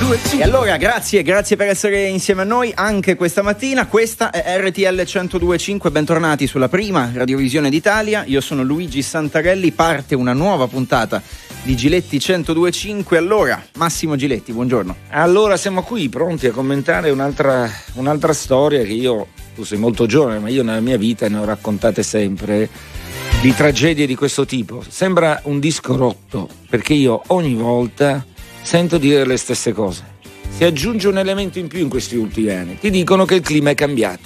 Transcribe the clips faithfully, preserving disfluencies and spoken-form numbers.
E allora grazie, grazie per essere insieme a noi anche questa mattina. Questa è R T L centodue e cinque, bentornati sulla prima radiovisione d'Italia. Io sono Luigi Santarelli, parte una nuova puntata di Giletti centodue e cinque. Allora, Massimo Giletti, buongiorno. Allora siamo qui pronti a commentare un'altra, un'altra storia che io, tu sei molto giovane, ma io nella mia vita ne ho raccontate sempre, di tragedie di questo tipo. Sembra un disco rotto, perché io ogni volta sento dire le stesse cose. Si aggiunge un elemento in più in questi ultimi anni. Ti dicono che il clima è cambiato.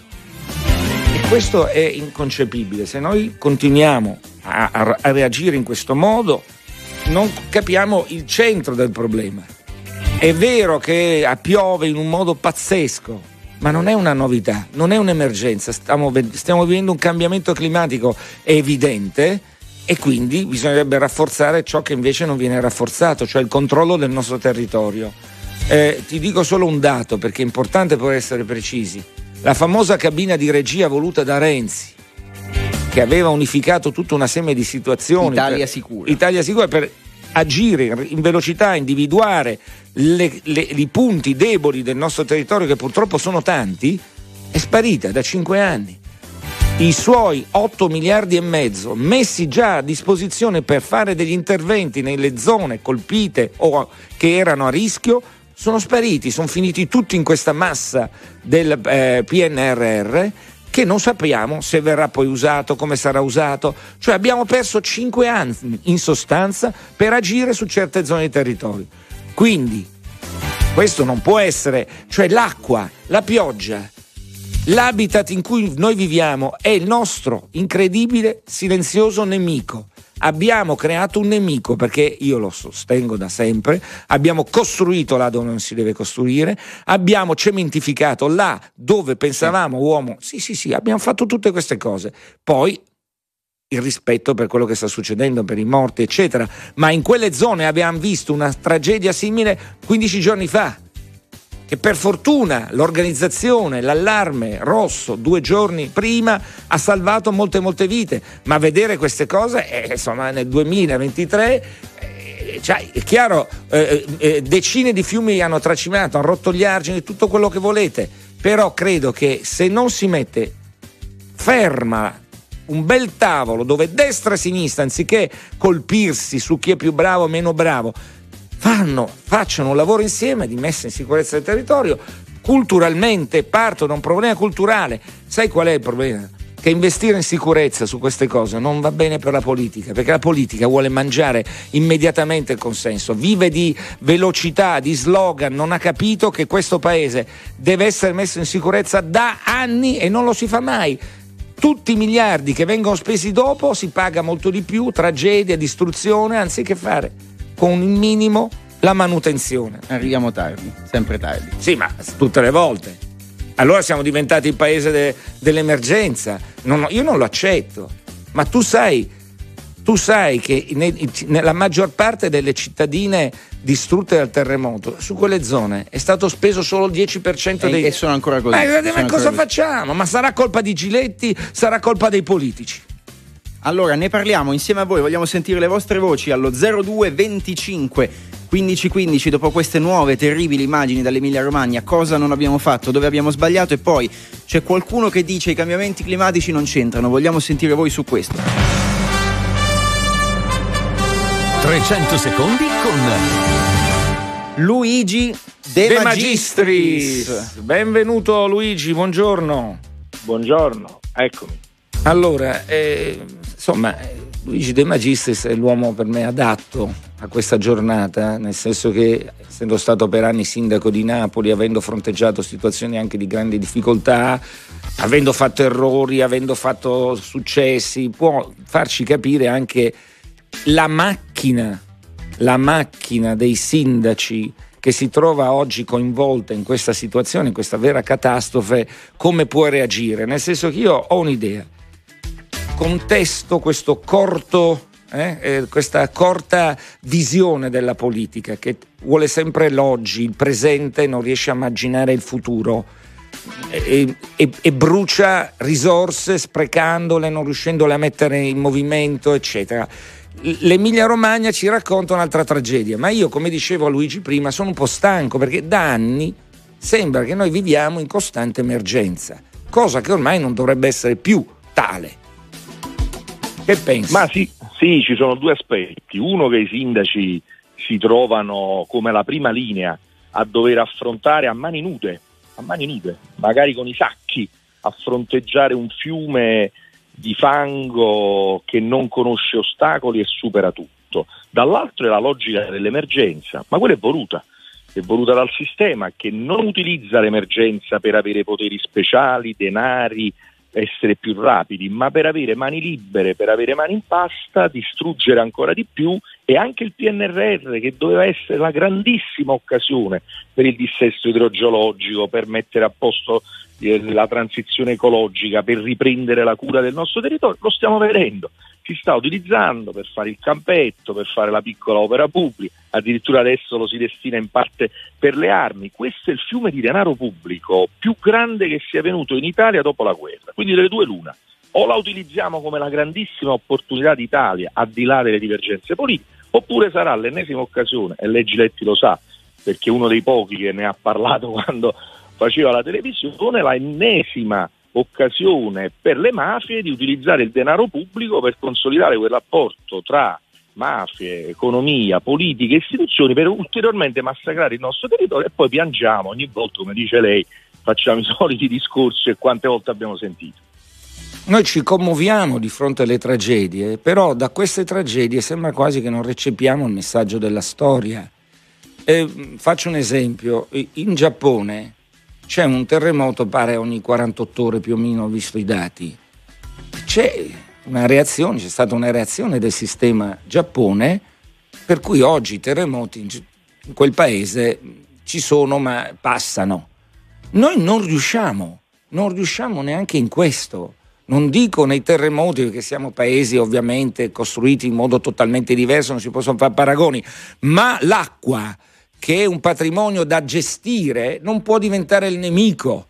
E questo è inconcepibile. Se noi continuiamo a, a, a reagire in questo modo, non capiamo il centro del problema. È vero che piove in un modo pazzesco, ma non è una novità, non è un'emergenza. Stiamo, stiamo vivendo un cambiamento climatico evidente, e quindi bisognerebbe rafforzare ciò che invece non viene rafforzato, cioè il controllo del nostro territorio. Eh, ti dico solo un dato, perché è importante per essere precisi. La famosa cabina di regia voluta da Renzi, che aveva unificato tutta una serie di situazioni, Italia per, Sicura Italia Sicura per agire in velocità, individuare le, le, i punti deboli del nostro territorio, che purtroppo sono tanti, è sparita da cinque anni. I suoi otto miliardi e mezzo messi già a disposizione per fare degli interventi nelle zone colpite o che erano a rischio sono spariti, sono finiti tutti in questa massa del eh, P N R R, che non sappiamo se verrà poi usato, come sarà usato. Cioè abbiamo perso cinque anni in sostanza per agire su certe zone di territorio. Quindi questo non può essere, cioè l'acqua, la pioggia, l'habitat in cui noi viviamo è il nostro incredibile silenzioso nemico. Abbiamo creato un nemico, perché io lo sostengo da sempre, abbiamo costruito là dove non si deve costruire, abbiamo cementificato là dove pensavamo uomo, sì sì sì, abbiamo fatto tutte queste cose. Poi il rispetto per quello che sta succedendo, per i morti eccetera, ma in quelle zone abbiamo visto una tragedia simile quindici giorni fa, che per fortuna l'organizzazione, l'allarme rosso due giorni prima ha salvato molte molte vite, ma vedere queste cose eh, insomma nel duemilaventitré eh, cioè, è chiaro, eh, eh, decine di fiumi hanno tracimato, hanno rotto gli argini, tutto quello che volete, però credo che se non si mette ferma un bel tavolo dove destra e sinistra, anziché colpirsi su chi è più bravo o meno bravo, fanno, facciano un lavoro insieme di messa in sicurezza del territorio, culturalmente parto da un problema culturale. Sai qual è il problema? Che investire in sicurezza su queste cose non va bene per la politica, perché la politica vuole mangiare immediatamente il consenso, vive di velocità, di slogan, non ha capito che questo paese deve essere messo in sicurezza da anni e non lo si fa mai. Tutti i miliardi che vengono spesi dopo si paga molto di più, tragedia, distruzione, anziché fare con il minimo la manutenzione. Arriviamo tardi, sempre tardi. Sì, ma tutte le volte. Allora siamo diventati il paese de, dell'emergenza. Non, io non lo accetto. Ma tu sai, tu sai che ne, nella maggior parte delle cittadine distrutte dal terremoto, su quelle zone è stato speso solo il dieci per cento dei... E sono ancora così. Ma, ma sono cosa ancora facciamo? Così. Ma sarà colpa di Giletti? Sarà colpa dei politici? Allora ne parliamo insieme a voi, vogliamo sentire le vostre voci allo zero due venticinque quindici quindici dopo queste nuove terribili immagini dall'Emilia Romagna. Cosa non abbiamo fatto, dove abbiamo sbagliato, e poi c'è qualcuno che dice i cambiamenti climatici non c'entrano. Vogliamo sentire voi su questo. trecento secondi con Luigi De, De Magistris. Magistris. Benvenuto Luigi, buongiorno. Buongiorno, eccomi. Allora, eh, insomma, Luigi De Magistris è l'uomo per me adatto a questa giornata, nel senso che, essendo stato per anni sindaco di Napoli, avendo fronteggiato situazioni anche di grandi difficoltà, avendo fatto errori, avendo fatto successi, può farci capire anche la macchina, la macchina dei sindaci che si trova oggi coinvolta in questa situazione, in questa vera catastrofe, come può reagire. Nel senso che io ho un'idea, contesto questo corto, eh, eh, questa corta visione della politica che vuole sempre l'oggi, il presente, non riesce a immaginare il futuro e, e, e brucia risorse sprecandole, non riuscendole a mettere in movimento, eccetera. l'Emilia Romagna ci racconta un'altra tragedia, ma io, come dicevo a Luigi prima, sono un po' stanco perché da anni sembra che noi viviamo in costante emergenza, cosa che ormai non dovrebbe essere più tale. Che pensi? Ma sì, sì, ci sono due aspetti. Uno, che i sindaci si trovano come la prima linea a dover affrontare a mani nude, a mani nude, magari con i sacchi, a fronteggiare un fiume di fango che non conosce ostacoli e supera tutto. Dall'altro è la logica dell'emergenza, ma quella è voluta, è voluta dal sistema che non utilizza l'emergenza per avere poteri speciali, denari, essere più rapidi, ma per avere mani libere, per avere mani in pasta, distruggere ancora di più. E anche il P N R R, che doveva essere la grandissima occasione per il dissesto idrogeologico, per mettere a posto eh, la transizione ecologica, per riprendere la cura del nostro territorio, lo stiamo vedendo. Si sta utilizzando per fare il campetto, per fare la piccola opera pubblica, addirittura adesso lo si destina in parte per le armi. Questo è il fiume di denaro pubblico più grande che sia venuto in Italia dopo la guerra. Quindi delle due l'una: o la utilizziamo come la grandissima opportunità d'Italia, al di là delle divergenze politiche, oppure sarà l'ennesima occasione, e lei Giletti lo sa, perché uno dei pochi che ne ha parlato quando faceva la televisione, la ennesima occasione per le mafie di utilizzare il denaro pubblico per consolidare quel rapporto tra mafie, economia, politica e istituzioni, per ulteriormente massacrare il nostro territorio. E poi piangiamo ogni volta, come dice lei, facciamo i soliti discorsi e quante volte abbiamo sentito. Noi ci commuoviamo di fronte alle tragedie, però da queste tragedie sembra quasi che non recepiamo il messaggio della storia. E faccio un esempio: in Giappone c'è un terremoto, pare ogni quarantotto ore più o meno, ho visto i dati. C'è una reazione, c'è stata una reazione del sistema Giappone, per cui oggi i terremoti in quel paese ci sono ma passano. Noi non riusciamo, non riusciamo neanche in questo. Non dico nei terremoti, perché siamo paesi ovviamente costruiti in modo totalmente diverso, non si possono fare paragoni, ma l'acqua, che è un patrimonio da gestire, non può diventare il nemico.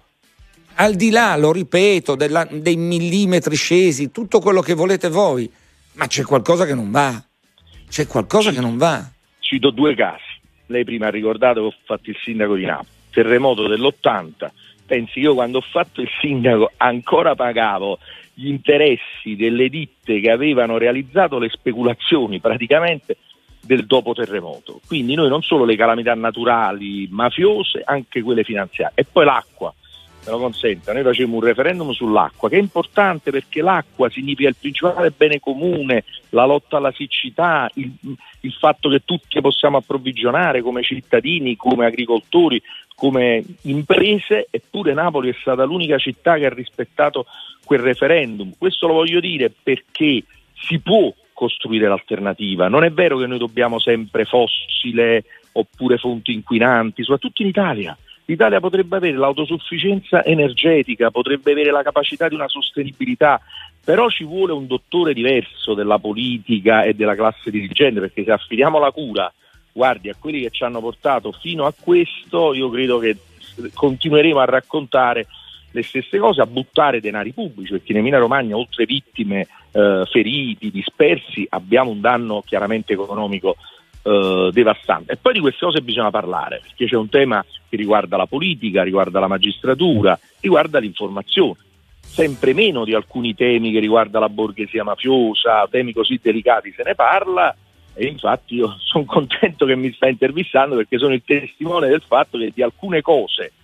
Al di là, lo ripeto, della, dei millimetri scesi, tutto quello che volete voi, ma c'è qualcosa che non va. C'è qualcosa che non va. Cito due casi. Lei prima ha ricordato che ho fatto il sindaco di Napoli, terremoto dell'ottanta. Pensi, io quando ho fatto il sindaco ancora pagavo gli interessi delle ditte che avevano realizzato le speculazioni praticamente del dopo terremoto. Quindi noi non solo le calamità naturali mafiose, anche quelle finanziarie. E poi l'acqua, me lo consenta, noi facemmo un referendum sull'acqua, che è importante perché l'acqua significa il principale bene comune, la lotta alla siccità, il, il fatto che tutti possiamo approvvigionare come cittadini, come agricoltori, come imprese. Eppure Napoli è stata l'unica città che ha rispettato quel referendum. Questo lo voglio dire perché si può costruire l'alternativa. Non è vero che noi dobbiamo sempre fossile oppure fonti inquinanti, soprattutto in Italia. L'Italia potrebbe avere l'autosufficienza energetica, potrebbe avere la capacità di una sostenibilità, però ci vuole un dottore diverso della politica e della classe dirigente, perché se affidiamo la cura, guardi, a quelli che ci hanno portato fino a questo, io credo che continueremo a raccontare le stesse cose, a buttare denari pubblici, perché in Emilia Romagna, oltre vittime, eh, feriti, dispersi, abbiamo un danno chiaramente economico eh, devastante. E poi di queste cose bisogna parlare, perché c'è un tema che riguarda la politica, riguarda la magistratura, riguarda l'informazione. Sempre meno di alcuni temi che riguarda la borghesia mafiosa, temi così delicati se ne parla, e infatti io sono contento che mi sta intervistando, perché sono il testimone del fatto che di alcune cose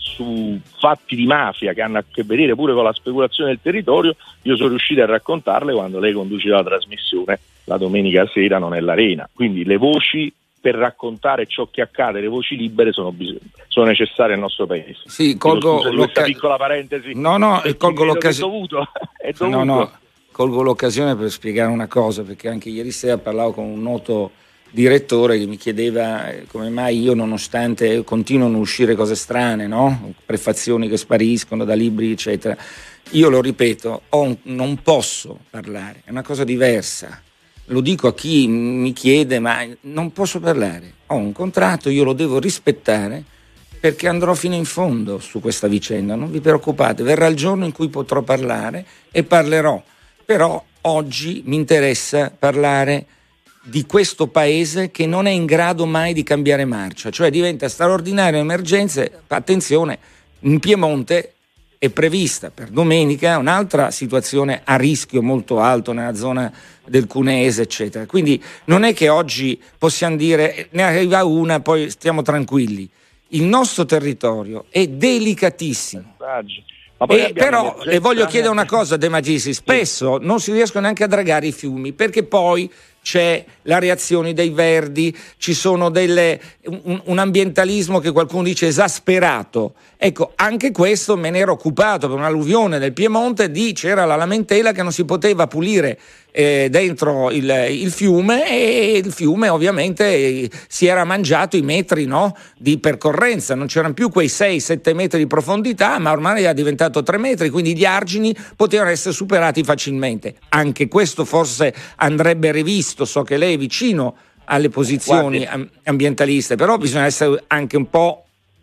su fatti di mafia che hanno a che vedere pure con la speculazione del territorio, io sono riuscito a raccontarle quando lei conduceva la trasmissione la domenica sera Non è l'Arena. Quindi le voci per raccontare ciò che accade, le voci libere sono, bis- sono necessarie al nostro paese. Sì, colgo scusa di questa piccola parentesi. No, no, colgo l'occasione. È dovuto, è dovuto. No, no, colgo l'occasione per spiegare una cosa, perché anche ieri sera parlavo con un noto direttore che mi chiedeva come mai io, nonostante continuano a uscire cose strane, no? Prefazioni che spariscono da libri eccetera, io lo ripeto, ho, non posso parlare, è una cosa diversa, lo dico a chi mi chiede, ma non posso parlare, ho un contratto, io lo devo rispettare, perché andrò fino in fondo su questa vicenda, non vi preoccupate, verrà il giorno in cui potrò parlare e parlerò, però oggi mi interessa parlare di questo paese che non è in grado mai di cambiare marcia, cioè diventa straordinaria emergenza. Attenzione, in Piemonte è prevista per domenica un'altra situazione a rischio molto alto nella zona del Cuneese, eccetera. Quindi non è che oggi possiamo dire ne arriva una, poi stiamo tranquilli. Il nostro territorio è delicatissimo. Ma poi e però le voglio chiedere una cosa, De Magistris, spesso non si riescono neanche a dragare i fiumi, perché poi c'è la reazione dei verdi, ci sono delle, un, un ambientalismo che qualcuno dice esasperato. Ecco, anche questo me ne ero occupato per un'alluvione del Piemonte, di, c'era la lamentela che non si poteva pulire eh, dentro il, il fiume, e il fiume ovviamente eh, si era mangiato i metri, no, di percorrenza, non c'erano più quei sei sette metri di profondità, ma ormai era diventato tre metri, quindi gli argini potevano essere superati facilmente. Anche questo forse andrebbe rivisto, so che lei è vicino alle posizioni Guardi, ambientaliste, però bisogna essere anche un po'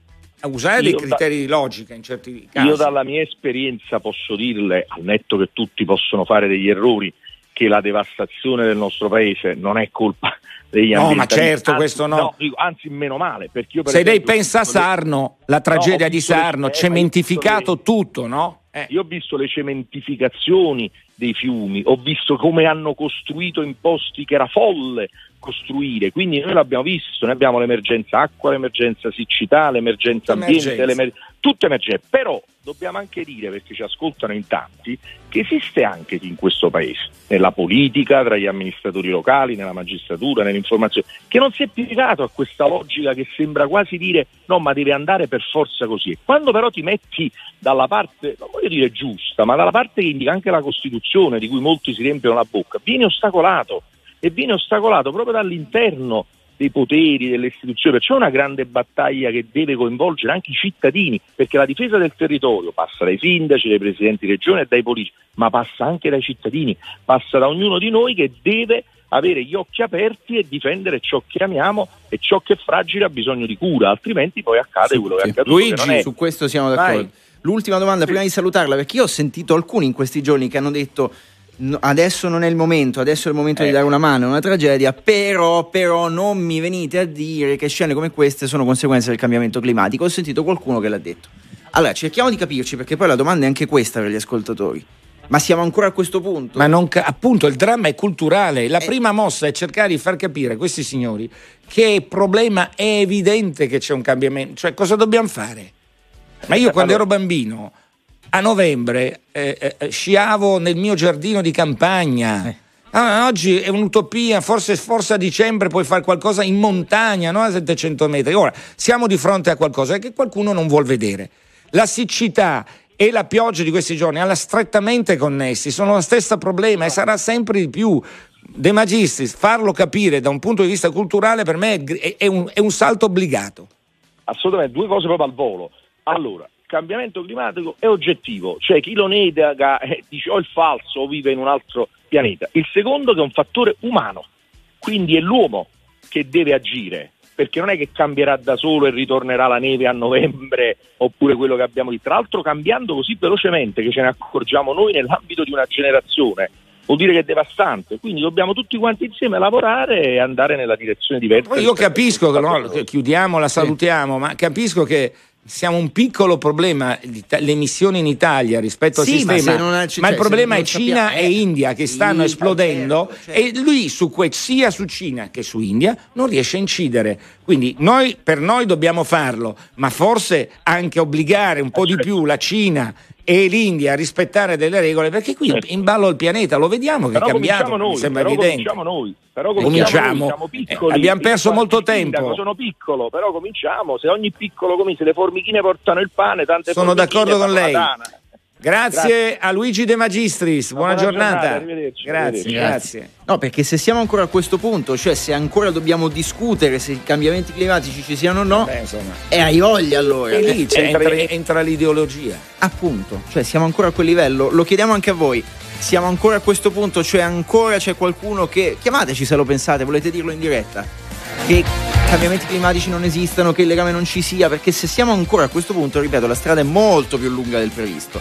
a usare dei criteri da, di logica in certi casi. Io dalla mia esperienza posso dirle, al netto che tutti possono fare degli errori, che la devastazione del nostro paese non è colpa degli ambientalisti. No, ma certo, anzi, questo no. no dico, anzi, meno male. Perché io per Se esempio, lei pensa a Sarno, la tragedia no, di Sarno, le, cementificato le, tutto, no? Eh. Io ho visto le cementificazioni dei fiumi, ho visto come hanno costruito in posti che era folle costruire, quindi noi l'abbiamo visto, noi abbiamo l'emergenza acqua, l'emergenza siccità, l'emergenza ambiente, l'emer- tutte emergenze, però dobbiamo anche dire, perché ci ascoltano in tanti, che esiste anche in questo paese, nella politica, tra gli amministratori locali, nella magistratura, nell'informazione, che non si è piegato a questa logica che sembra quasi dire no, ma deve andare per forza così. Quando però ti metti dalla parte, non voglio dire giusta, ma dalla parte che indica anche la Costituzione, di cui molti si riempiono la bocca, vieni ostacolato. E viene ostacolato proprio dall'interno dei poteri, delle istituzioni. C'è una grande battaglia che deve coinvolgere anche i cittadini, perché la difesa del territorio passa dai sindaci, dai presidenti di regione e dai politici, ma passa anche dai cittadini, passa da ognuno di noi che deve avere gli occhi aperti e difendere ciò che amiamo, e ciò che è fragile ha bisogno di cura, altrimenti poi accade sì, quello che è accaduto. Luigi, che non è... su questo siamo d'accordo. Vai. L'ultima domanda, sì. prima di salutarla, perché io ho sentito alcuni in questi giorni che hanno detto No, adesso non è il momento, adesso è il momento eh. di dare una mano, è una tragedia, però, però non mi venite a dire che scene come queste sono conseguenze del cambiamento climatico. Ho sentito qualcuno che l'ha detto. Allora cerchiamo di capirci, perché poi la domanda è anche questa per gli ascoltatori: ma siamo ancora a questo punto? Ma non ca- appunto il dramma è culturale. La eh. prima mossa è cercare di far capire a questi signori che il problema è evidente, che c'è un cambiamento, cioè cosa dobbiamo fare? Ma io quando allora... ero bambino a novembre eh, eh, sciavo nel mio giardino di campagna. Eh. Ah, oggi è un'utopia, forse, forse a dicembre puoi fare qualcosa in montagna, no? A settecento metri. Ora siamo di fronte a qualcosa che qualcuno non vuol vedere. La siccità e la pioggia di questi giorni hanno strettamente connessi, sono lo stesso problema e sarà sempre di più. De Magistris, farlo capire da un punto di vista culturale per me è, è, un, è un salto obbligato. Assolutamente, due cose proprio al volo. Allora, cambiamento climatico è oggettivo, cioè chi lo nega eh, dice o il falso o vive in un altro pianeta. Il secondo che è un fattore umano, quindi è l'uomo che deve agire, perché non è che cambierà da solo e ritornerà la neve a novembre oppure quello che abbiamo lì, tra l'altro cambiando così velocemente che ce ne accorgiamo noi nell'ambito di una generazione, vuol dire che è devastante, quindi dobbiamo tutti quanti insieme lavorare e andare nella direzione diversa. Io capisco che no, chiudiamo, la salutiamo, sì. Ma capisco che siamo un piccolo problema, le emissioni in Italia rispetto al sì, sistema, ma, ma cioè, il problema è Cina sappiamo, e India che stanno sì, esplodendo, certo, certo. E lui su que- sia su Cina che su India non riesce a incidere, quindi noi per noi dobbiamo farlo, ma forse anche obbligare un po' di più la Cina e l'India a rispettare delle regole, perché qui certo. in ballo il pianeta, lo vediamo che però è cambiato, noi, mi sembra però evidente. Cominciamo noi, però cominciamo, cominciamo. Noi, piccoli, eh, abbiamo perso piccoli, molto tempo. Sindaco, sono piccolo, però cominciamo, se ogni piccolo comincia, le formichine portano il pane, tante sono d'accordo con lei. Grazie, grazie a Luigi De Magistris, buona, buona giornata, giornata. Arrivederci, grazie, arrivederci. grazie. No, perché se siamo ancora a questo punto, cioè se ancora dobbiamo discutere se i cambiamenti climatici ci siano o no, Beh, insomma. e hai voglia allora. E lì c'è, entra, entra l'ideologia. Appunto, cioè siamo ancora a quel livello, lo chiediamo anche a voi. Siamo ancora a questo punto, cioè ancora c'è qualcuno che, chiamateci se lo pensate, volete dirlo in diretta, che cambiamenti climatici non esistano, che il legame non ci sia, perché se siamo ancora a questo punto, ripeto, la strada è molto più lunga del previsto.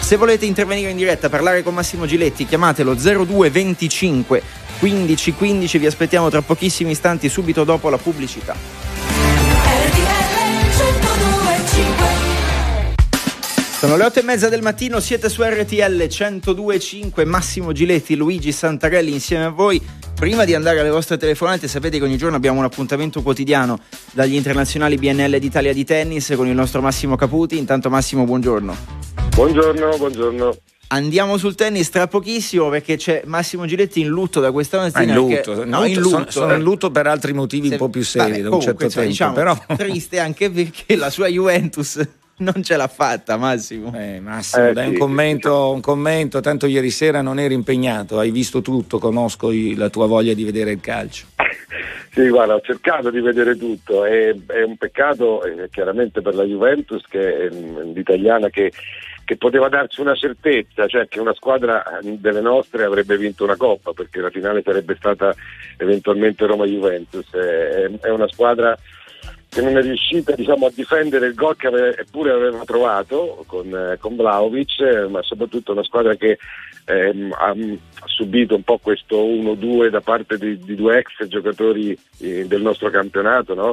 Se volete intervenire in diretta, parlare con Massimo Giletti, chiamatelo zero due venticinque quindici quindici, vi aspettiamo tra pochissimi istanti, subito dopo la pubblicità. Sono le otto e mezza del mattino, siete su R T L centodue e cinque, Massimo Giletti, Luigi Santarelli insieme a voi. Prima di andare alle vostre telefonate, sapete che ogni giorno abbiamo un appuntamento quotidiano dagli internazionali B N L d'Italia di tennis con il nostro Massimo Caputi. Intanto Massimo, buongiorno. Buongiorno, buongiorno. Andiamo sul tennis tra pochissimo perché c'è Massimo Giletti in lutto da questa mattina. Ah, in lutto, perché, in no, lutto, in lutto sono, sono in lutto per altri motivi Se, un po' più seri, vabbè, da un certo comunque, tempo, diciamo, però triste anche perché la sua Juventus non ce l'ha fatta, Massimo. Eh, Massimo, Eh, dai sì, un commento, un commento, tanto ieri sera non eri impegnato, hai visto tutto, conosco i, la tua voglia di vedere il calcio. Sì, guarda, ho cercato di vedere tutto, è, è un peccato eh, chiaramente per la Juventus, che è l'italiana che, che poteva darci una certezza, cioè che una squadra delle nostre avrebbe vinto una coppa, perché la finale sarebbe stata eventualmente Roma-Juventus. È, è una squadra che non è riuscita, diciamo, a difendere il gol che ave, eppure aveva trovato con, eh, con Vlahovic, eh, ma soprattutto una squadra che ehm, ha, ha subito un po' questo uno due da parte di, di due ex giocatori eh, del nostro campionato, no?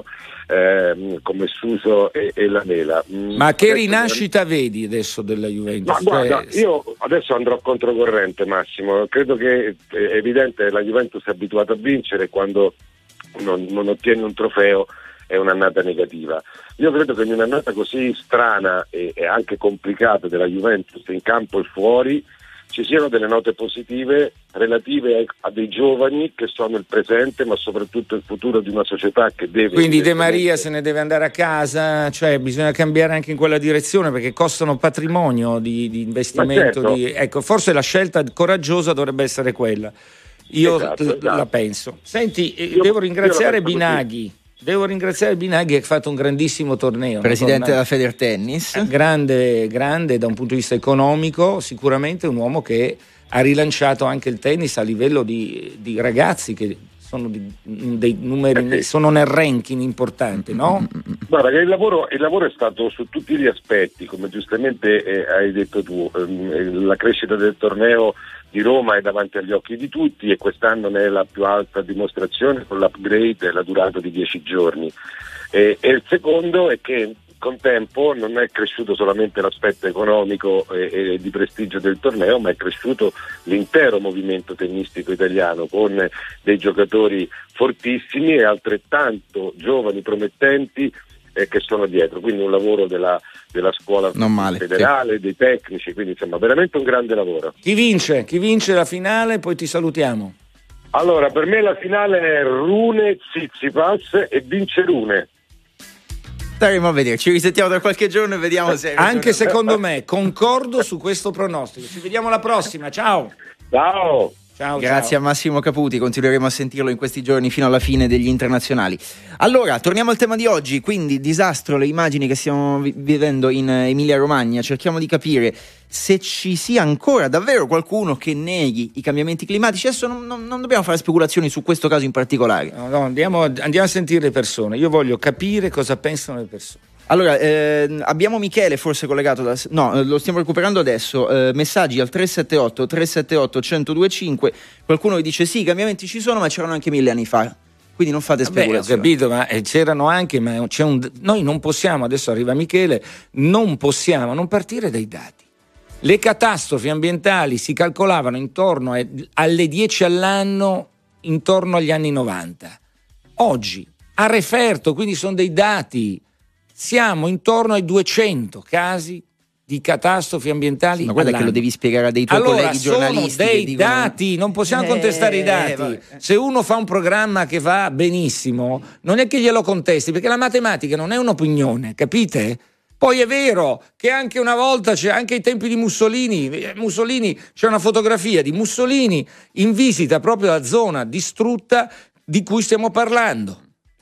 eh, come Suso e, e Lamela. Ma che rinascita vedi adesso della Juventus? Ma guarda, io adesso andrò controcorrente, Massimo, credo che è evidente che la Juventus è abituata a vincere, quando non, non ottiene un trofeo è un'annata negativa. Io credo che in un'annata così strana e, e anche complicata della Juventus in campo e fuori ci siano delle note positive relative a, a dei giovani che sono il presente, ma soprattutto il futuro di una società che deve... Quindi De Maria se ne deve andare a casa, cioè bisogna cambiare anche in quella direzione perché costano patrimonio di, di investimento. Certo. Di, ecco, forse la scelta coraggiosa dovrebbe essere quella. Io Esatto, l- esatto. la penso. Senti, Io- devo ringraziare io la penso Binaghi. Devo ringraziare Binaghi che ha fatto un grandissimo torneo. Presidente no? della Federtennis. Grande, grande da un punto di vista economico, sicuramente un uomo che ha rilanciato anche il tennis a livello di, di ragazzi che sono di, dei numeri, sono nel ranking importante, no? Guarda che il lavoro, il lavoro è stato su tutti gli aspetti, come giustamente eh, hai detto tu. Ehm, la crescita del torneo di Roma è davanti agli occhi di tutti e quest'anno ne è la più alta dimostrazione con l'upgrade e la durata di dieci giorni. E, e il secondo è che con tempo non è cresciuto solamente l'aspetto economico e, e di prestigio del torneo, ma è cresciuto l'intero movimento tennistico italiano con dei giocatori fortissimi e altrettanto giovani, promettenti eh, che sono dietro, quindi un lavoro della, della scuola Non male, federale, sì. Dei tecnici, quindi insomma veramente un grande lavoro. Chi vince? Chi vince la finale? Poi ti salutiamo. Allora, per me la finale è Rune Tsitsipas e vince Rune. Staremo a vedere, ci risentiamo tra qualche giorno e vediamo se... Anche secondo me, concordo su questo pronostico. Ci vediamo alla prossima, ciao! Ciao! Ciao, Grazie ciao. a Massimo Caputi, continueremo a sentirlo in questi giorni fino alla fine degli internazionali. Allora, torniamo al tema di oggi, quindi disastro, le immagini che stiamo vi- vivendo in Emilia Romagna, cerchiamo di capire se ci sia ancora davvero qualcuno che neghi i cambiamenti climatici. Adesso non, non, non dobbiamo fare speculazioni su questo caso in particolare. No, no, andiamo, andiamo a sentire le persone, io voglio capire cosa pensano le persone. Allora, eh, abbiamo Michele forse collegato, da, no, lo stiamo recuperando adesso, eh, messaggi al tre sette otto tre sette otto uno zero due cinque, qualcuno vi dice sì, i cambiamenti ci sono ma c'erano anche mille anni fa, quindi non fate Vabbè, ho speculazioni. capito, ma eh, c'erano anche, ma c'è un, noi non possiamo, adesso arriva Michele, non possiamo non partire dai dati. Le catastrofi ambientali si calcolavano intorno a, alle dieci all'anno, intorno agli anni novanta. Oggi, a referto, quindi sono dei dati, siamo intorno ai duecento casi di catastrofi ambientali. Ma guarda all'anno. che lo devi spiegare a dei tuoi allora, colleghi giornalisti. Sono dei che dicono... dati, non possiamo Eh, contestare i dati. vabbè. Se uno fa un programma che va benissimo, non è che glielo contesti, perché la matematica non è un'opinione, capite? Poi è vero che anche una volta, c'è anche ai tempi di Mussolini, Mussolini c'è una fotografia di Mussolini in visita proprio alla zona distrutta di cui stiamo parlando.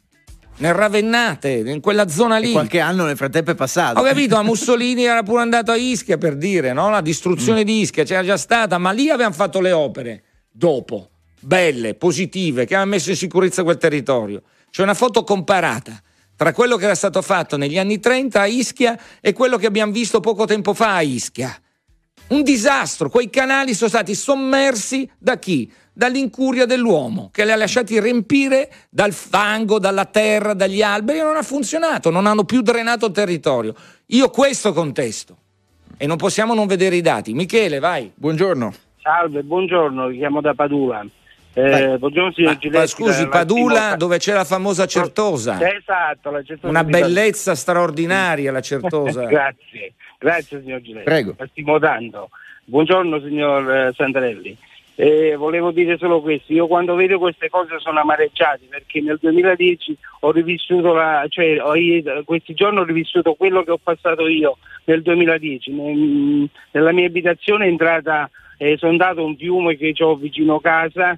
Nel Ravennate, in quella zona lì. E qualche anno nel frattempo è passato. Ho capito, ma Mussolini era pure andato a Ischia, per dire, no? La distruzione mm. di Ischia c'era già stata, ma lì avevano fatto le opere dopo, belle, positive, che avevano messo in sicurezza quel territorio. C'è una foto comparata tra quello che era stato fatto negli anni trenta a Ischia e quello che abbiamo visto poco tempo fa a Ischia. Un disastro, quei canali sono stati sommersi da chi? Dall'incuria dell'uomo, che li ha lasciati riempire dal fango, dalla terra, dagli alberi, e non ha funzionato, non hanno più drenato il territorio. Io questo contesto, e non possiamo non vedere i dati. Michele, vai. Buongiorno. Salve, buongiorno, vi chiamo da Padula. Eh, buongiorno signor Giletti. Ma scusi, la, Padula, la dove c'è la famosa Certosa. Esatto, la Certosa. Una bellezza straordinaria la Certosa. Grazie, grazie signor Giletti. Prego. La stimo tanto. Buongiorno signor eh, Santarelli. Eh, volevo dire solo questo, io quando vedo queste cose sono amareggiato, perché nel duemiladieci ho rivissuto la, cioè ho, questi giorni ho rivissuto quello che ho passato io nel duemiladieci. Nel, nella mia abitazione è entrata, è sondato un fiume che ho vicino casa,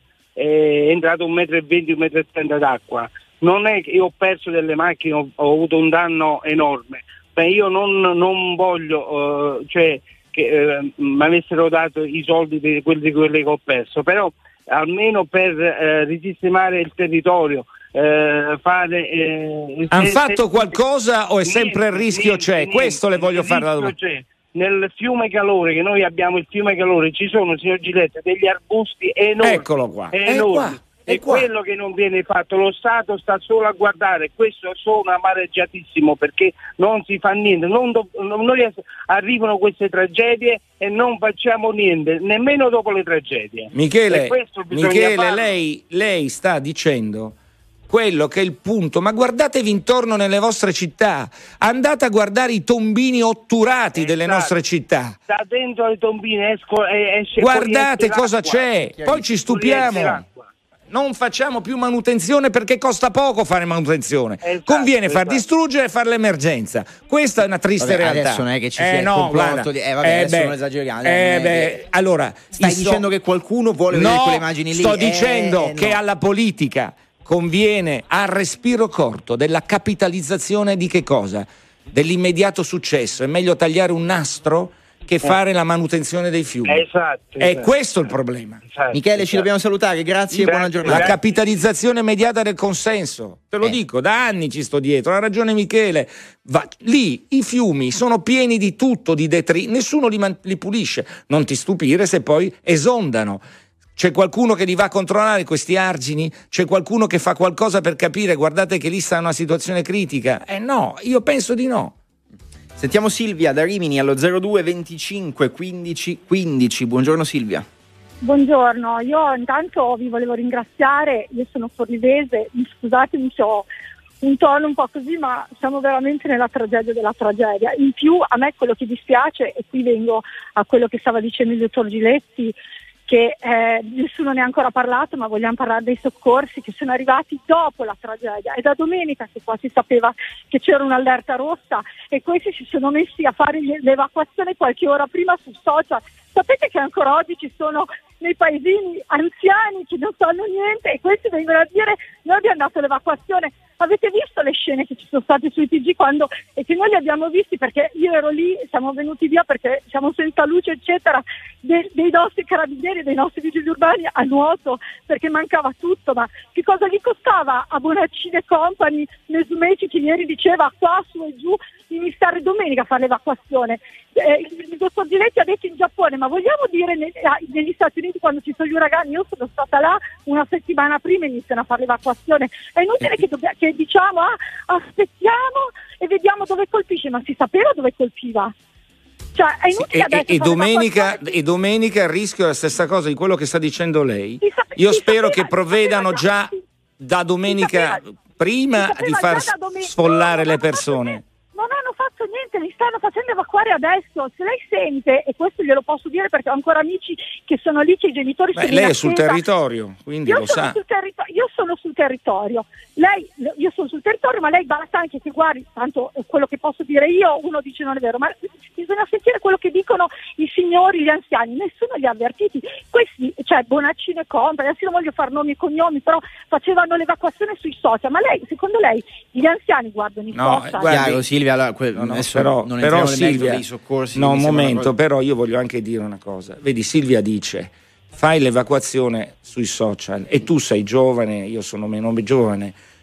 è entrato un metro e venti, un metro e trenta d'acqua. Non è che io ho perso delle macchine, ho, ho avuto un danno enorme, ma io non, non voglio, uh, cioè che eh, mi avessero dato i soldi per quelli, quelli che ho perso, però almeno per eh, risistemare il territorio, eh, fare... Eh, Han se, fatto se, qualcosa o è sempre il rischio niente, c'è? niente, Questo le voglio fare la domanda. C'è. Nel fiume Calore, che noi abbiamo il fiume Calore, ci sono, signor Giletti, degli arbusti enormi. Eccolo qua. Enormi. È qua. E È qua. quello che non viene fatto, lo Stato sta solo a guardare. Questo sono amareggiatissimo perché non si fa niente, non do- non noi arrivano queste tragedie e non facciamo niente, nemmeno dopo le tragedie. Michele, E questo bisogna Michele farlo. lei, lei sta dicendo quello che è il punto, ma guardatevi intorno nelle vostre città, andate a guardare i tombini otturati delle Esatto. nostre città, Da dentro alle tombine esco, eh, esce guardate fuori cosa l'acqua. c'è, poi ci stupiamo. L'acqua. Non facciamo più manutenzione perché costa poco fare manutenzione. Esatto, Conviene far esatto. distruggere e fare l'emergenza. Questa è una triste Vabbè, realtà. adesso non è che ci eh, sia il no, complotto guarda, di- eh, vabbè, eh, adesso beh, non esageriamo, eh, non è beh, che- allora, Stai i so- dicendo che qualcuno vuole vedere no, quelle immagini lì? sto Eh, dicendo no. che alla politica conviene al respiro corto della capitalizzazione di che cosa? Dell'immediato successo. È meglio tagliare un nastro che fare la manutenzione dei fiumi. Esatto, È esatto. questo il problema. Esatto, Michele, ci esatto. dobbiamo salutare, grazie e buona Grazie. giornata. La capitalizzazione immediata del consenso, te lo Eh. dico, da anni ci sto dietro, ha ragione Michele. Va, lì i fiumi sono pieni di tutto, di detriti, nessuno li, man- li pulisce. Non ti stupire se poi esondano. C'è qualcuno che li va a controllare questi argini? C'è qualcuno che fa qualcosa per capire, guardate che lì sta una situazione critica? Eh no, io penso di no. Sentiamo Silvia da Rimini allo zero due venticinque quindici quindici. Buongiorno Silvia. Buongiorno, io intanto vi volevo ringraziare, io sono forlivese, scusatemi se ho un tono un po' così, ma siamo veramente nella tragedia della tragedia. In più a me quello che dispiace, e qui vengo a quello che stava dicendo il dottor Giletti, che eh, nessuno ne ha ancora parlato, ma vogliamo parlare dei soccorsi che sono arrivati dopo la tragedia. È da domenica che qua si sapeva che c'era un'allerta rossa e questi si sono messi a fare l'evacuazione qualche ora prima sul social. Sapete che ancora oggi ci sono nei paesini anziani che non sanno niente e questi vengono a dire noi abbiamo dato l'evacuazione. Avete visto le scene che ci sono state sui T G quando, e che noi li abbiamo visti perché io ero lì, siamo venuti via perché siamo senza luce eccetera, dei, dei nostri carabinieri, dei nostri vigili urbani a nuoto perché mancava tutto, ma che cosa gli costava a Bonaccini e Company, Nesumeci che ieri diceva qua su e giù iniziare domenica a fare l'evacuazione. Eh, il, il dottor Giletti ha detto in Giappone, ma vogliamo dire ne, negli Stati Uniti quando ci sono gli uragani? Io sono stata là una settimana prima e iniziano a fare l'evacuazione. È inutile che, dobbia, che diciamo ah, aspettiamo e vediamo dove colpisce, ma si sapeva dove colpiva. Cioè, è inutile Sì, e, e, domenica, e domenica il rischio è la stessa cosa di quello che sta dicendo lei. Sape- Io spero sapeva, che provvedano già si, da domenica si sapeva, prima si di sapeva far già da domen- sfollare no, le non hanno persone. fatto non hanno fatto niente, li stanno facendo evacuare adesso. Se lei sente, e questo glielo posso dire perché ho ancora amici che sono lì, che i genitori Beh, sono lei in è sul attesa. territorio, quindi Io lo sono, sa. sul territo- io sono sul territorio, lei, io sono sul territorio, ma lei basta anche che guardi, tanto eh, quello che posso dire io, uno dice non è vero, ma bisogna sentire quello che dicono i signori, gli anziani, nessuno li ha avvertiti. Questi, cioè Bonaccini e Company, adesso non voglio fare nomi e cognomi, però facevano l'evacuazione sui social, ma lei, secondo lei, gli anziani guardano i No, social? guardi- Chiaro Silvia, allora, que- No, no, adesso però, non però entriamo nel merito Silvia, dei soccorsi. no, mi un sembra una momento, cosa- però io voglio anche dire una cosa. Vedi, Silvia dice fai l'evacuazione sui social e tu sei giovane, io sono meno giovane,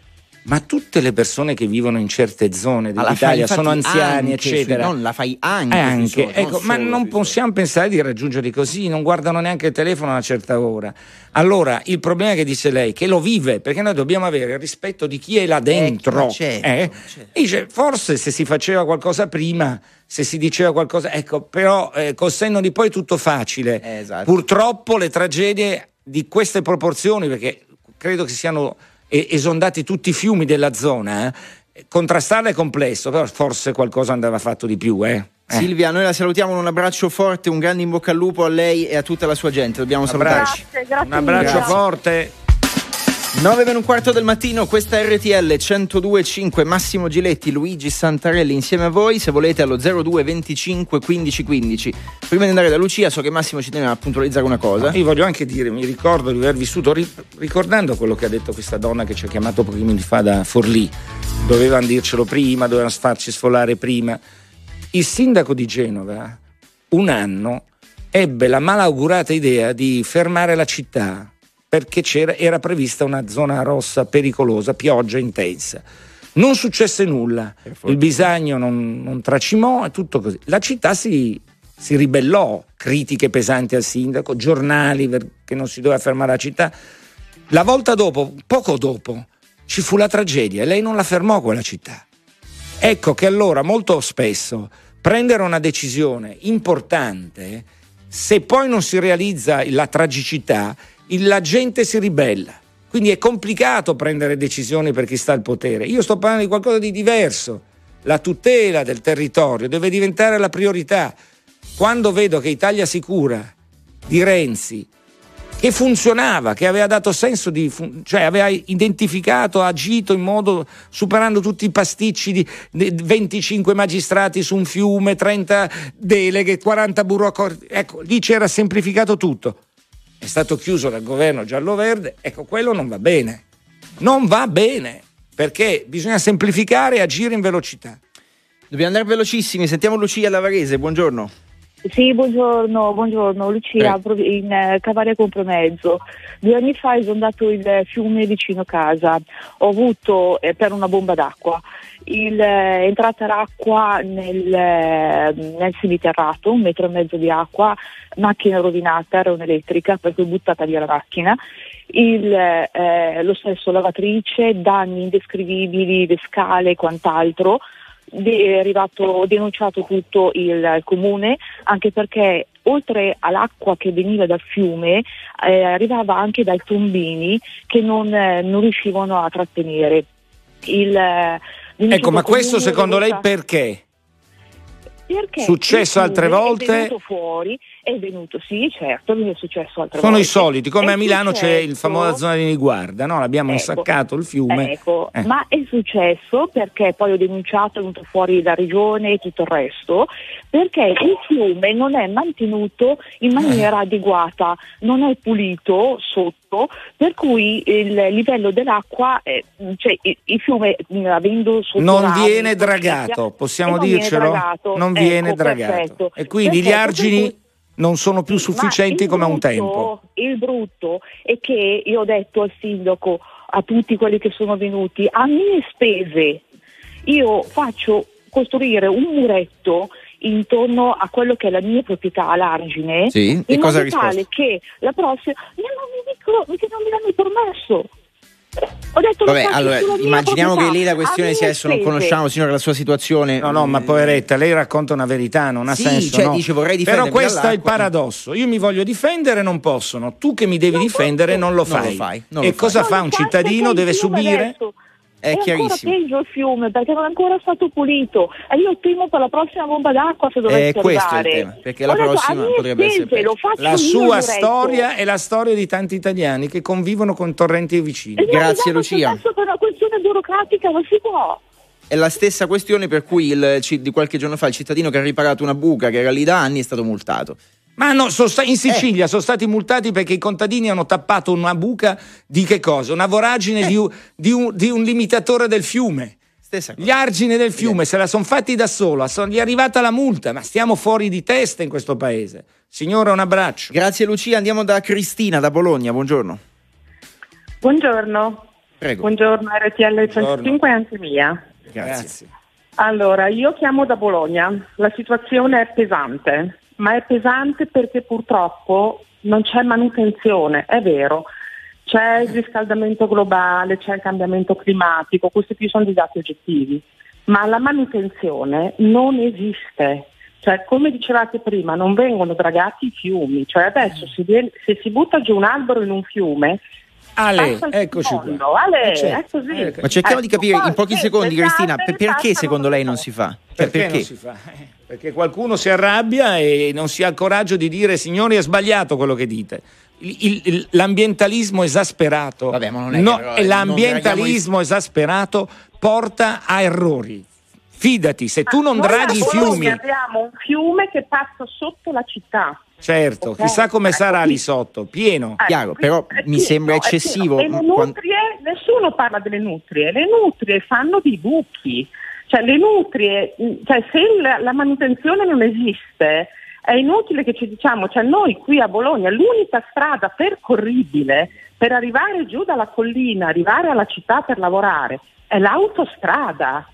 ma tutte le persone che vivono in certe zone dell'Italia sono anziani, eccetera. Sui, non la fai anche, eh, anche solo, ecco, non ma non possiamo pensare di raggiungerli così, non guardano neanche il telefono a una certa ora. Allora, il problema che dice lei, che lo vive, perché noi dobbiamo avere il rispetto di chi è là dentro. Eh, certo, eh? certo. Dice, forse se si faceva qualcosa prima, se si diceva qualcosa, ecco, però eh, col senno di poi è tutto facile. Eh, esatto. Purtroppo le tragedie di queste proporzioni, perché credo che siano esondati tutti i fiumi della zona, eh? Contrastarla è complesso, però forse qualcosa andava fatto di più, eh? Eh. Silvia, noi la salutiamo con un abbraccio forte, un grande in bocca al lupo a lei e a tutta la sua gente. Dobbiamo salutarci. Grazie, grazie Un abbraccio mille. forte. nove meno un quarto del mattino, questa è R T L centodue e cinque, Massimo Giletti, Luigi Santarelli insieme a voi. Se volete allo zero due venticinque quindici quindici. Prima di andare da Lucia, so che Massimo ci teneva a puntualizzare una cosa. Io voglio anche dire, mi ricordo di aver vissuto, ricordando quello che ha detto questa donna che ci ha chiamato pochi minuti fa da Forlì, dovevano dircelo prima, dovevano farci sfollare prima. Il sindaco di Genova un anno ebbe la malaugurata idea di fermare la città perché c'era, era prevista una zona rossa pericolosa, pioggia intensa. Non successe nulla, il Bisagno non, non tracimò, è tutto così. La città si, si ribellò, critiche pesanti al sindaco, giornali perché non si doveva fermare la città. La volta dopo, poco dopo, ci fu la tragedia e lei non la fermò quella città. Ecco che allora molto spesso prendere una decisione importante, se poi non si realizza la tragicità, la gente si ribella. Quindi è complicato prendere decisioni per chi sta al potere. Io sto parlando di qualcosa di diverso. La tutela del territorio deve diventare la priorità. Quando vedo che Italia Sicura di Renzi, che funzionava, che aveva dato senso di fun- cioè aveva identificato, agito in modo, superando tutti i pasticci di, di venticinque magistrati su un fiume, trenta deleghe, quaranta burocrati, ecco, lì c'era semplificato tutto. È stato chiuso dal governo giallo-verde, ecco, quello non va bene. Non va bene, perché bisogna semplificare e agire in velocità. Dobbiamo andare velocissimi, sentiamo Lucia Lavarese, buongiorno. Sì, buongiorno, buongiorno Lucia, eh. in eh, Cavaria Compromezzo. Due anni fa è esondato il fiume vicino casa, ho avuto eh, per una bomba d'acqua, il, eh, è entrata l'acqua nel, eh, nel semiterrato, un metro e mezzo di acqua, macchina rovinata, era un'elettrica, per cui ho buttata via la macchina. Il, eh, lo stesso lavatrice, danni indescrivibili, le scale e quant'altro. È arrivato, ho denunciato tutto il, il comune, anche perché oltre all'acqua che veniva dal fiume eh, arrivava anche dai tombini che non, eh, non riuscivano a trattenere il, eh, ecco, ma questo secondo lei perché? Perché successo altre volte? È venuto fuori, è venuto, sì, certo, è successo altre sono volte. I soliti, come è a Milano successo, c'è il famosa zona di Niguarda, no? L'abbiamo ecco, insaccato il fiume. Ecco, eh. ma è successo perché poi ho denunciato, è venuto fuori la regione e tutto il resto, perché il fiume non è mantenuto in maniera eh. adeguata, non è pulito sotto, per cui il livello dell'acqua, è, cioè il, il fiume avendo sotto non viene dragato, possiamo dircelo? Non viene ecco, dragato perfetto. E quindi Perfetto, gli argini per cui non sono più sufficienti come a un tempo. Il brutto è che io ho detto al sindaco, a tutti quelli che sono venuti, a mie spese io faccio costruire un muretto intorno a quello che è la mia proprietà all'argine, sì, in modo tale che la prossima non mi dicono che non mi danno il permesso. Ho detto, vabbè, allora immaginiamo proprietà, che lì la questione sia adesso non conosciamo signora la sua situazione. No, no, ma poveretta, lei racconta una verità, non ha sì, senso. Cioè, no? dice vorrei difendermi. Però questo dall'acqua. È il paradosso. Io mi voglio difendere, non possono. Tu che mi devi non difendere posso. non lo fai. Non lo fai non e lo cosa fai. fa un cittadino? Deve subire. Adesso. È, è chiarissimo. ancora peggio il fiume perché non è ancora stato pulito e io temo per la prossima bomba d'acqua se dovesse è questo arrivare. Il tema, perché la Ho detto, prossima potrebbe essere peggio. La sua storia è la storia di tanti italiani che convivono con torrenti vicini. E grazie Lucia. Adesso per una questione burocratica non si può. È la stessa questione per cui il, di qualche giorno fa il cittadino che ha riparato una buca che era lì da anni è stato multato. Ma no, sono sta- in Sicilia eh. sono stati multati perché i contadini hanno tappato una buca di che cosa? Una voragine eh. di, un, di, un, di un limitatore del fiume. Stessa cosa. Gli argini del fiume eh. se la sono fatti da solo, sono, gli è arrivata la multa, ma stiamo fuori di testa in questo paese. Signora, un abbraccio. Grazie Lucia, andiamo da Cristina da Bologna, buongiorno. Buongiorno. Prego. Buongiorno R T L centocinque, anche mia. Grazie. Allora, io chiamo da Bologna, la situazione è pesante, ma è pesante perché purtroppo non c'è manutenzione, è vero, c'è il riscaldamento globale, c'è il cambiamento climatico, questi qui sono dei dati oggettivi, ma la manutenzione non esiste. Cioè, come dicevate prima, non vengono dragati i fiumi, cioè adesso si viene, se si butta giù un albero in un fiume, Ale, eccoci qua. Ale, eh certo. è così. Eh, Ma cerchiamo eh, di capire in pochi secondi, Cristina, per- perché passano secondo lei non si fa? Cioè, Perché, non si fa? Eh, Perché qualcuno si arrabbia e non si ha il coraggio di dire signori è sbagliato quello che dite. Il- il- il- l'ambientalismo esasperato, Vabbè, ma non è che no, però, e eh, l'ambientalismo esasperato porta a errori. Fidati, se tu non Noi draghi i a Bologna fiumi, abbiamo un fiume che passa sotto la città. certo, Ok. chissà come sarà Ecco, lì sotto, pieno. Ecco, Chiaro, però è mi pieno, sembra è eccessivo. pieno. E le Quando- nutrie, nessuno parla delle nutrie, le nutrie fanno dei buchi, cioè le nutrie, cioè se la, la manutenzione non esiste è inutile che ci diciamo, cioè noi qui a Bologna l'unica strada percorribile per arrivare giù dalla collina, arrivare alla città per lavorare è l'autostrada.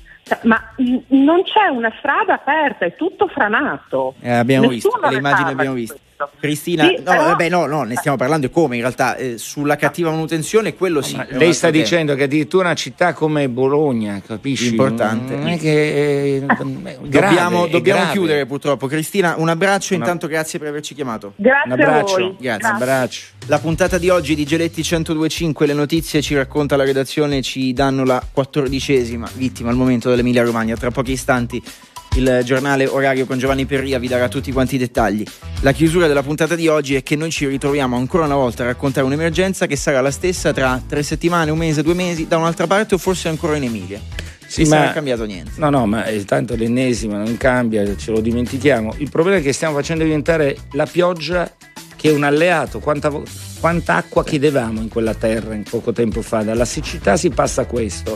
Ma mh, non c'è una strada aperta, è tutto franato. Eh, abbiamo Nessuno visto, le ne immagini parla abbiamo di visto. questo. Cristina, Sì, no, però- vabbè, no, no, ne stiamo parlando e come in realtà eh, sulla cattiva manutenzione quello sì. Ma è un lei sta altro tema. dicendo che addirittura una città come Bologna, capisci? Importante. Non è che è grave, Dobbiamo, è dobbiamo grave. chiudere purtroppo. Cristina, un abbraccio, Una- intanto grazie per averci chiamato. Grazie Un abbraccio. a voi. Grazie. Un abbraccio. La puntata di oggi di Geletti centodue e cinque, le notizie ci racconta la redazione, ci danno la quattordicesima vittima al momento dell'Emilia Romagna. Tra pochi istanti il giornale orario con Giovanni Perria vi darà tutti quanti i dettagli. La chiusura della puntata di oggi è che noi ci ritroviamo ancora una volta a raccontare un'emergenza che sarà la stessa tra tre settimane, un mese, due mesi, da un'altra parte o forse ancora in Emilia. Sì, non ma- sarà cambiato niente. No, no, ma è tanto l'ennesima, non cambia, ce lo dimentichiamo. Il problema è che stiamo facendo diventare la pioggia che è un alleato. Quanta, vo- quanta acqua chiedevamo in quella terra in poco tempo fa? Dalla siccità si passa a questo.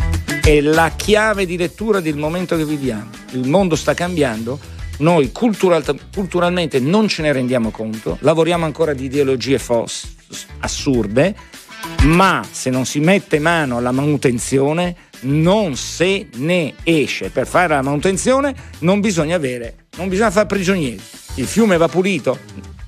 È la chiave di lettura del momento che viviamo. Il mondo sta cambiando, noi cultural- culturalmente non ce ne rendiamo conto, lavoriamo ancora di ideologie fos- assurde, ma se non si mette mano alla manutenzione non se ne esce. Per fare la manutenzione non bisogna avere, non bisogna fare prigionieri. Il fiume va pulito,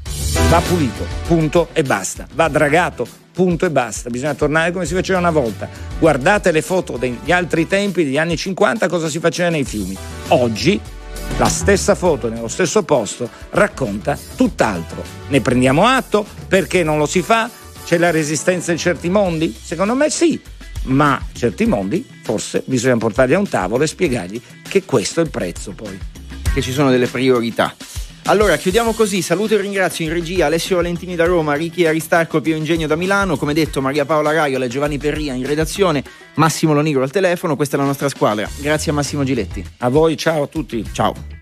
va pulito, punto e basta. Va dragato, punto e basta. Bisogna tornare come si faceva una volta. Guardate le foto degli altri tempi, degli anni cinquanta, cosa si faceva nei fiumi. Oggi la stessa foto nello stesso posto racconta tutt'altro. Ne prendiamo atto, perché non lo si fa? C'è la resistenza in certi mondi? Secondo me sì, ma certi mondi forse bisogna portarli a un tavolo e spiegargli che questo è il prezzo poi. Che ci sono delle priorità. Allora chiudiamo così, saluto e ringrazio in regia Alessio Valentini da Roma, Ricky Aristarco, Pio Ingegno da Milano, come detto Maria Paola Raiola e Giovanni Perria in redazione, Massimo Lonigro al telefono. Questa è la nostra squadra. Grazie a Massimo Giletti. A voi, ciao a tutti. Ciao.